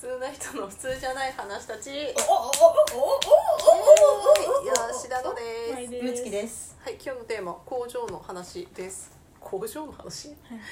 通な人の普通じゃない話たち。吉田野です。 むつきです。 はい、今日のテーマ工場の話です。工場の話？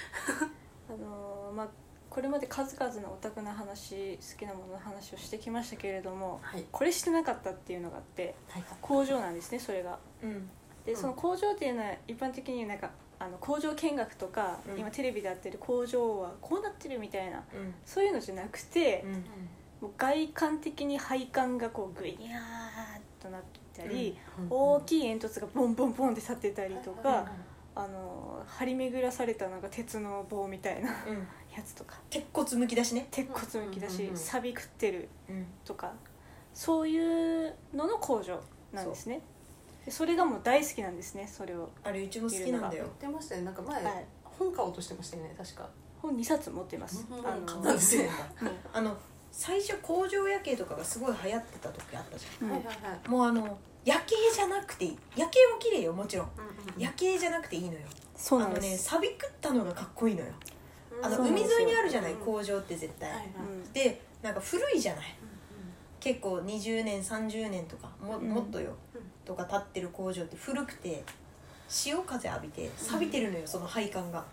これまで数々のオタクな話、好きなものの話をしてきましたけれども、 はい、 これしてなかったっていうのがあって、 はい、 工場なんですね、それが。で、その工場っていうのは一般的に工場見学とか、今テレビでやってる工場はこうなってるみたいな、そういうのじゃなくて、もう外観的に配管がこうグニャーっとなってたり、大きい煙突がボンボンボンって立ってたりとか、張り巡らされた鉄の棒みたいな、やつとか、 鉄骨むき出しね、 鉄骨むき出し、錆食ってるとか、そういうのの工場なんですね。それがもう大好きなんですね。それをあれうちも好きなんだよ。 言ってましたね。前、本買おうとしてましたよね、確か。 本2冊持ってます。 なんですね。 最初工場夜景とかがすごい流行ってた時あったじゃん。 もう夜景じゃなくていい。夜景も綺麗よ、もちろん。夜景じゃなくていいのよ。 そうなんです。 錆び食ったのがかっこいいのよ。海沿いにあるじゃない、工場って絶対。で、古いじゃない。結構20年30年とか もっとよ、とか経ってる工場って古くて潮風浴びて錆びてるのよ、その配管が。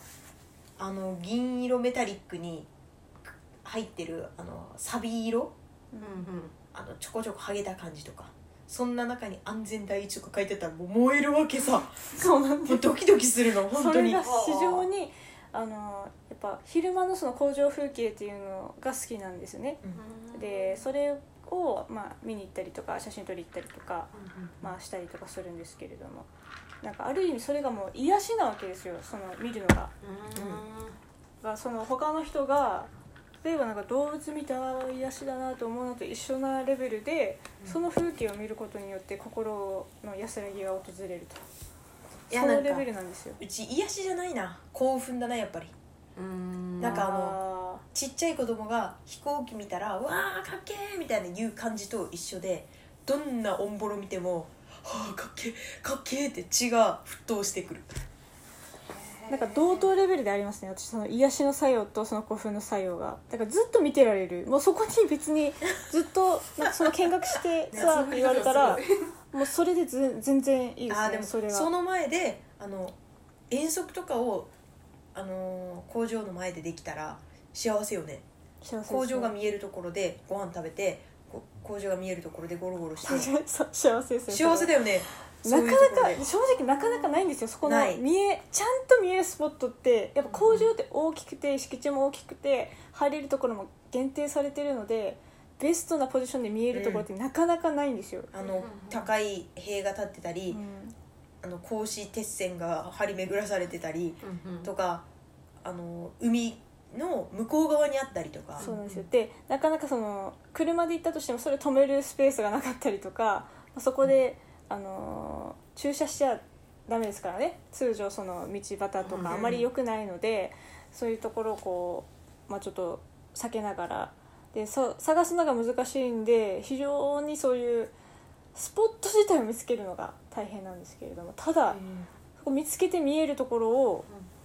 銀色メタリックに入ってる錆び色、ちょこちょこ剥げた感じとか、そんな中に安全第一とか書いてたらもう燃えるわけさ。 そうなんです。 ドキドキするの本当に。 それが非常にやっぱ昼間のその工場風景っていうのが好きなんですよね。でそれを見に行ったりとか写真撮り行ったりとかしたりとかするんですけれども、ある意味それがもう癒しなわけですよ、その見るのが。その他の人が例えば動物見た癒しだなと思うのと一緒なレベルで、その風景を見ることによって心の安らぎが訪れると。そのレベルなんですよ。 うち癒しじゃないな、興奮だなやっぱり。ちっちゃい子供が飛行機見たらわーかっけーみたいな言う感じと一緒で、どんなオンボロ見てもはあかっけーかっけーって血が沸騰してくる。 同等レベルでありますね、私。その癒しの作用とその興奮の作用がだからずっと見てられる。もうそこに別にずっとその見学してさって言われたらもうそれで全然いいですね。 でもそれがその前で遠足とかを工場の前でできたら幸せよね。工場が見えるところでご飯食べて、工場が見えるところでゴロゴロして幸せですね。 幸せだよね。 なかなか正直なかなかないんですよ。そこのちゃんと見えるスポットってやっぱ工場って大きくて敷地も大きくて入れるところも限定されてるので、ベストなポジションで見えるところってなかなかないんですよ。 高い塀が立ってたり、格子鉄線が張り巡らされてたりとか、海の向こう側にあったりとか。 そうなんですよ。でなかなかその車で行ったとしてもそれ止めるスペースがなかったりとか、そこで駐車しちゃダメですからね、通常その道端とかあまり良くないので、そういうところをちょっと避けながらで探すのが難しいんで、非常にそういうスポット自体を見つけるのが大変なんですけれども、ただ、そこ見つけて見えるところを、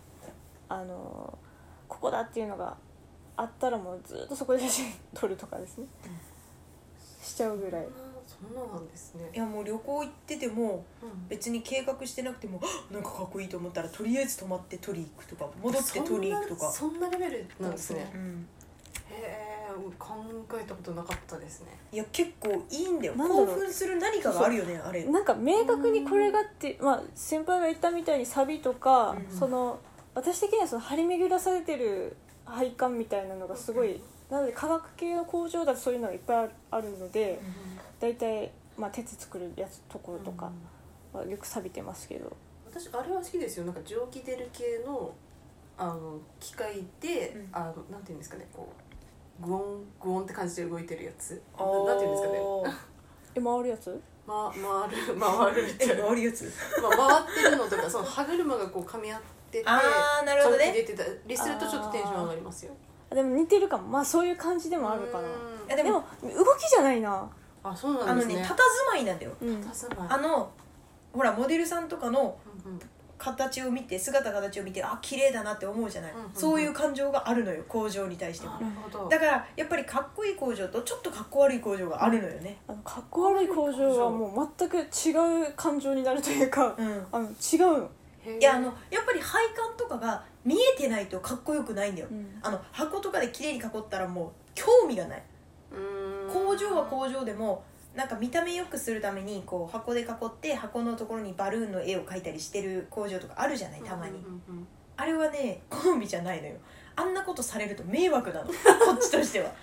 ここだっていうのがあったらもうずっとそこで写真撮るとかですね、しちゃうぐらい。 そうなんですね。 いやもう旅行行ってても、別に計画してなくてもなんかかっこいいと思ったらとりあえず泊まって撮りに行くとか、戻って撮りに行くとか。 そんなレベルなんですね。へえ、考えたことなかったですね。 いや結構いいんだよ。興奮する何かがあるよね、あれ。 明確にこれがって、先輩が言ったみたいにサビとか、その私的にはその張り巡らされてる配管みたいなのがすごい、なので化学系の工場だとそういうのがいっぱいあるので、だいたい鉄作るやつところとかはよく錆びてますけど、 私あれは好きですよ。蒸気出る系の機械で、なんていうんですかね、グオングオンって感じで動いてるやつ、なんていうんですかね。 回るやつ？ 回るって回るやつ。 回ってるのとか、その歯車が噛み合ってて、 なるほどね。 蒸気出てたりするとちょっとテンション上がりますよ。 でも似てるかも。そういう感じでもあるかな。でも動きじゃないな。 そうなんですね。 佇まいなんだよ。 佇まい。 ほらモデルさんとかの形を見て姿形を見てあ綺麗だなって思うじゃない、そういう感情があるのよ工場に対しても。だからやっぱりかっこいい工場とちょっとかっこ悪い工場があるのよね。 かっこ悪い工場はもう全く違う感情になるというか、違うの。 いややっぱり配管とかが見えてないとかっこよくないんだよ、箱とかで綺麗に囲ったらもう興味がない。工場は工場でもなんか見た目良くするためにこう箱で囲って箱のところにバルーンの絵を描いたりしてる工場とかあるじゃないたまに、あれはね好みじゃないのよ。あんなことされると迷惑なのこっちとしては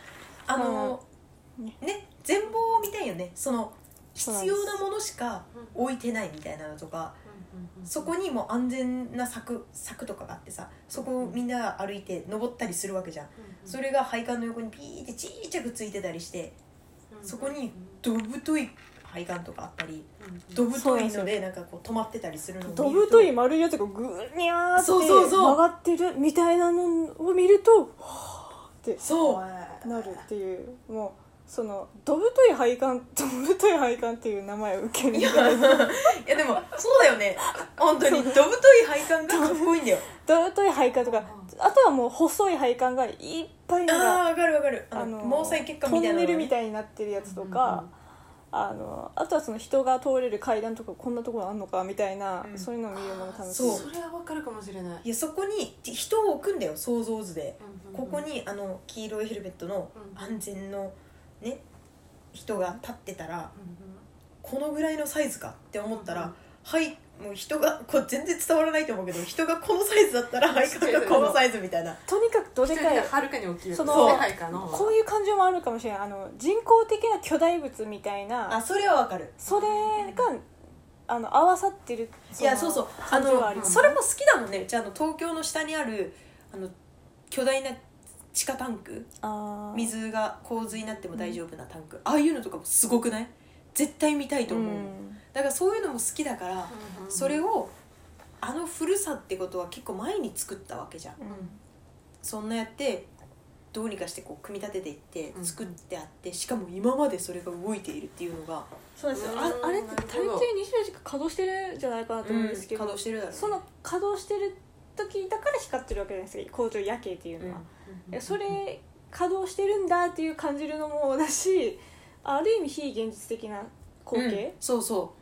ね全貌を見たいよね。その必要なものしか置いてないみたいなのとか、そこにも安全な柵とかがあってさ、そこをみんな歩いて登ったりするわけじゃん、それが配管の横にピーってちっちゃくついてたりして、そこにど太い配管とかあったり、ど太いのでなんかこう止まってたりするのを見ると、 ど太い丸いやつがぐにゃーって曲がってるみたいなのを見るとはーってなるっていう、もうそのど太い配管っていう名前を受ける。いやでもそうだよね本当にど太い配管がかっこいいんだよど太い配管とか、あとはもう細い配管がいっぱいのがわかる毛細血管みたいな、 トンネルみたいになってるやつとか、あとはその人が通れる階段とかこんなところあんのかみたいな、そういうのを見るのも楽しい。 それはわかるかもしれない。 いやそこに人を置くんだよ想像図で、ここに黄色いヘルメットの安全のね人が立ってたら、このぐらいのサイズかって思ったら、はいもう人がこれ全然伝わらないと思うけど、人がこのサイズだったら配管がこのサイズみたいな、 とにかくどでかい、 はるかに大きい、 そのこういう感情もあるかもしれない。人工的な巨大物みたいな、 それはわかる。 それが合わさってる。 いやそうそれも好きだもんね。じゃあ東京の下にある巨大な地下タンク、水が洪水になっても大丈夫なタンク、ああいうのとかもすごくない？絶対見たいと思う、だからそういうのも好きだから、それを古さってことは結構前に作ったわけじゃん、そんなやってどうにかしてこう組み立てていって作ってあって、しかも今までそれが動いているっていうのが、 そうですよ。あれって大抵24時間稼働してるんじゃないかなと思うんですけど、 稼働してるだろうね。 その稼働してる時だから光ってるわけじゃないですか、工場夜景っていうのは、それ稼働してるんだっていう感じるのもだし、ある意味非現実的な光景、 そうそう、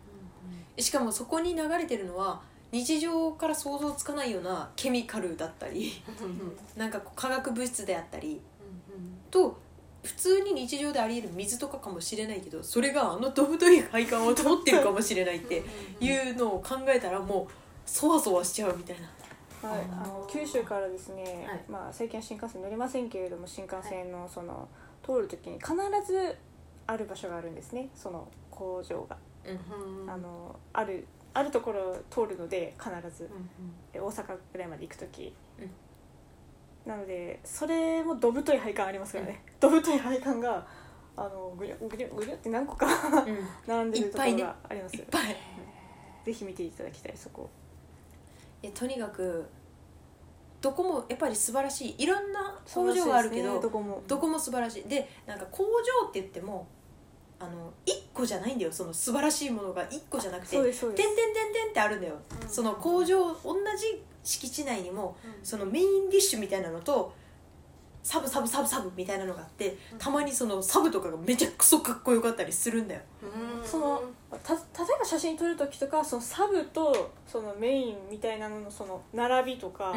しかもそこに流れてるのは日常から想像つかないようなケミカルだったりなんか化学物質であったりと、普通に日常であり得る水とかかもしれないけど、それがど太い配管を通ってるかもしれないっていうのを考えたらもうそわそわしちゃうみたいな。 はい、九州からですね、最近は新幹線乗りませんけれども、新幹線の通る時に必ずある場所があるんですね、その工場が、あるところを通るので必ず、大阪ぐらいまで行く時、なのでそれもど太い配管ありますからね、ど太い配管がぐりゅぐりゅぐりゅって何個か並んでるところがあります。 いっぱい、 ぜひ見ていただきたい、そこ。 いやとにかくどこもやっぱり素晴らしい、いろんな工場があるけど、どこも素晴らしい。でなんか工場って言っても1個じゃないんだよ、その素晴らしいものが1個じゃなくて、点々点々ってあるんだよ、その工場同じ敷地内にも、そのメインディッシュみたいなのとサブみたいなのがあって、たまにそのサブとかがめちゃくそかっこよかったりするんだよ。 例えば写真撮る時とか、そのサブとそのメインみたいなののその並びとか、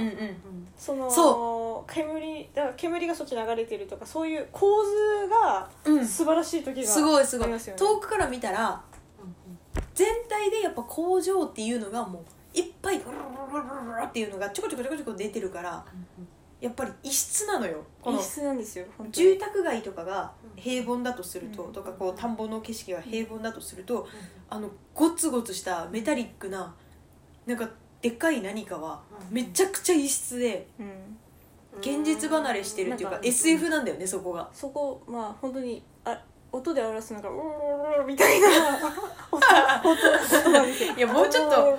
煙がそっち流れてるとか、そういう構図が素晴らしい時がすごいすごい、遠くから見たら全体でやっぱ工場っていうのがもういっぱいっていうのがちょこちょこ出てるから、やっぱり異質なのよ。 異質なんですよ。 住宅街とかが平凡だとすると、とかこう田んぼの景色が平凡だとすると、ゴツゴツしたメタリックななんかでっかい何かはめちゃくちゃ異質で、現実離れしてるっていうか SF なんだよね、そこが。 そこ本当に音で表すのがウーみたいな音なんですよ。 いやもうちょっと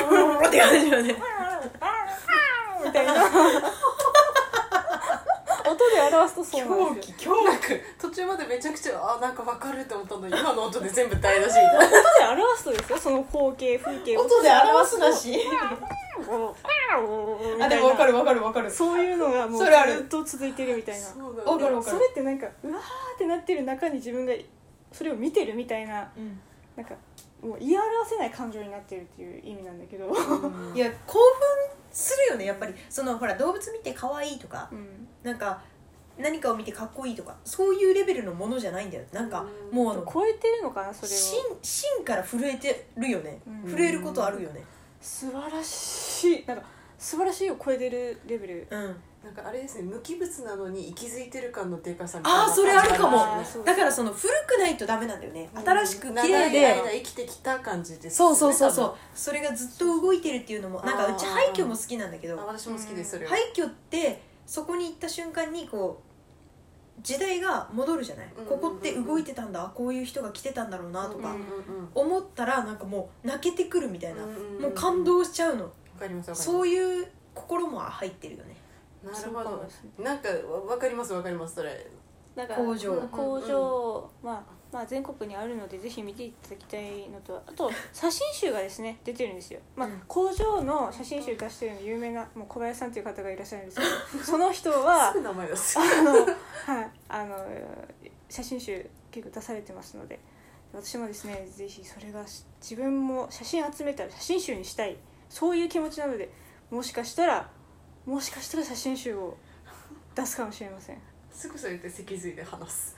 って感じよねみたいな音で表すとそうなんですよ。 なんか途中までめちゃくちゃなんか分かるって思ったのに今の音で全部台無しみたいな。 音で表すとですよ、その光景風景を音で表すなしあでも分かる分かる分かる。 そういうのがもうずそれあるっと続いてるみたいな。 そうだ分かる分かる。 それってなんかうわーってなってる中に自分がそれを見てるみたいな、なんかもう言い表せない感情になってるっていう意味なんだけど、 いや興奮するよねやっぱり。そのほら動物見て可愛いとか、なんか何かを見てかっこいいとかそういうレベルのものじゃないんだよ。なんかもう超えてるのかなそれを。 芯から震えてるよね。震えることあるよね。 素晴らしい、なんか素晴らしいを超えてるレベル。 なんかあれですね、無機物なのに息づいてる感のでかさみたいな。 ああそれあるかも。だからその古くないとダメなんだよね。新しく綺麗で長い間生きてきた感じです、 そうそうそうそう。それがずっと動いてるっていうのもなんかうち廃墟も好きなんだけど、 私も好きですそれは。 廃墟ってそこに行った瞬間にこう時代が戻るじゃない。ここって動いてたんだ、こういう人が来てたんだろうなとか思ったらなんかもう泣けてくるみたいな、もう感動しちゃうの。 わかります。 そういう心も入ってるよね。 なるほど。なんかわかりますわかりますそれ。 なんか工場、 まあ全国にあるのでぜひ見ていただきたいのと、あと写真集がですね出てるんですよ。工場の写真集出してるの有名なもう小林さんという方がいらっしゃるんですけど、その人は名前です写真集結構出されてますので、私もですねぜひそれが自分も写真集めたら写真集にしたい、そういう気持ちなので、もしかしたら写真集を出すかもしれません。 すぐそれで脊髄で話す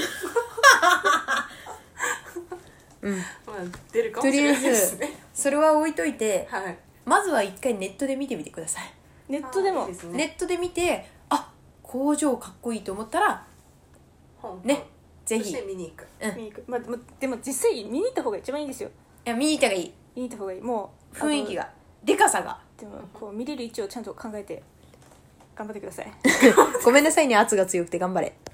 まあ出るかもしれないですね。 それは置いといて、 はい、 まずは一回ネットで見てみてください。 ネットでもいいですね、 ネットで見て工場かっこいいと思ったらね、ぜひそして見に行く、 見に行く。でも実際見に行った方が一番いいんですよ。 いや見に行った方がいい。 見に行った方がいい。もう雰囲気がでかさがでもこう見れる位置をちゃんと考えて頑張ってくださいごめんなさいね、圧が強くて頑張れ。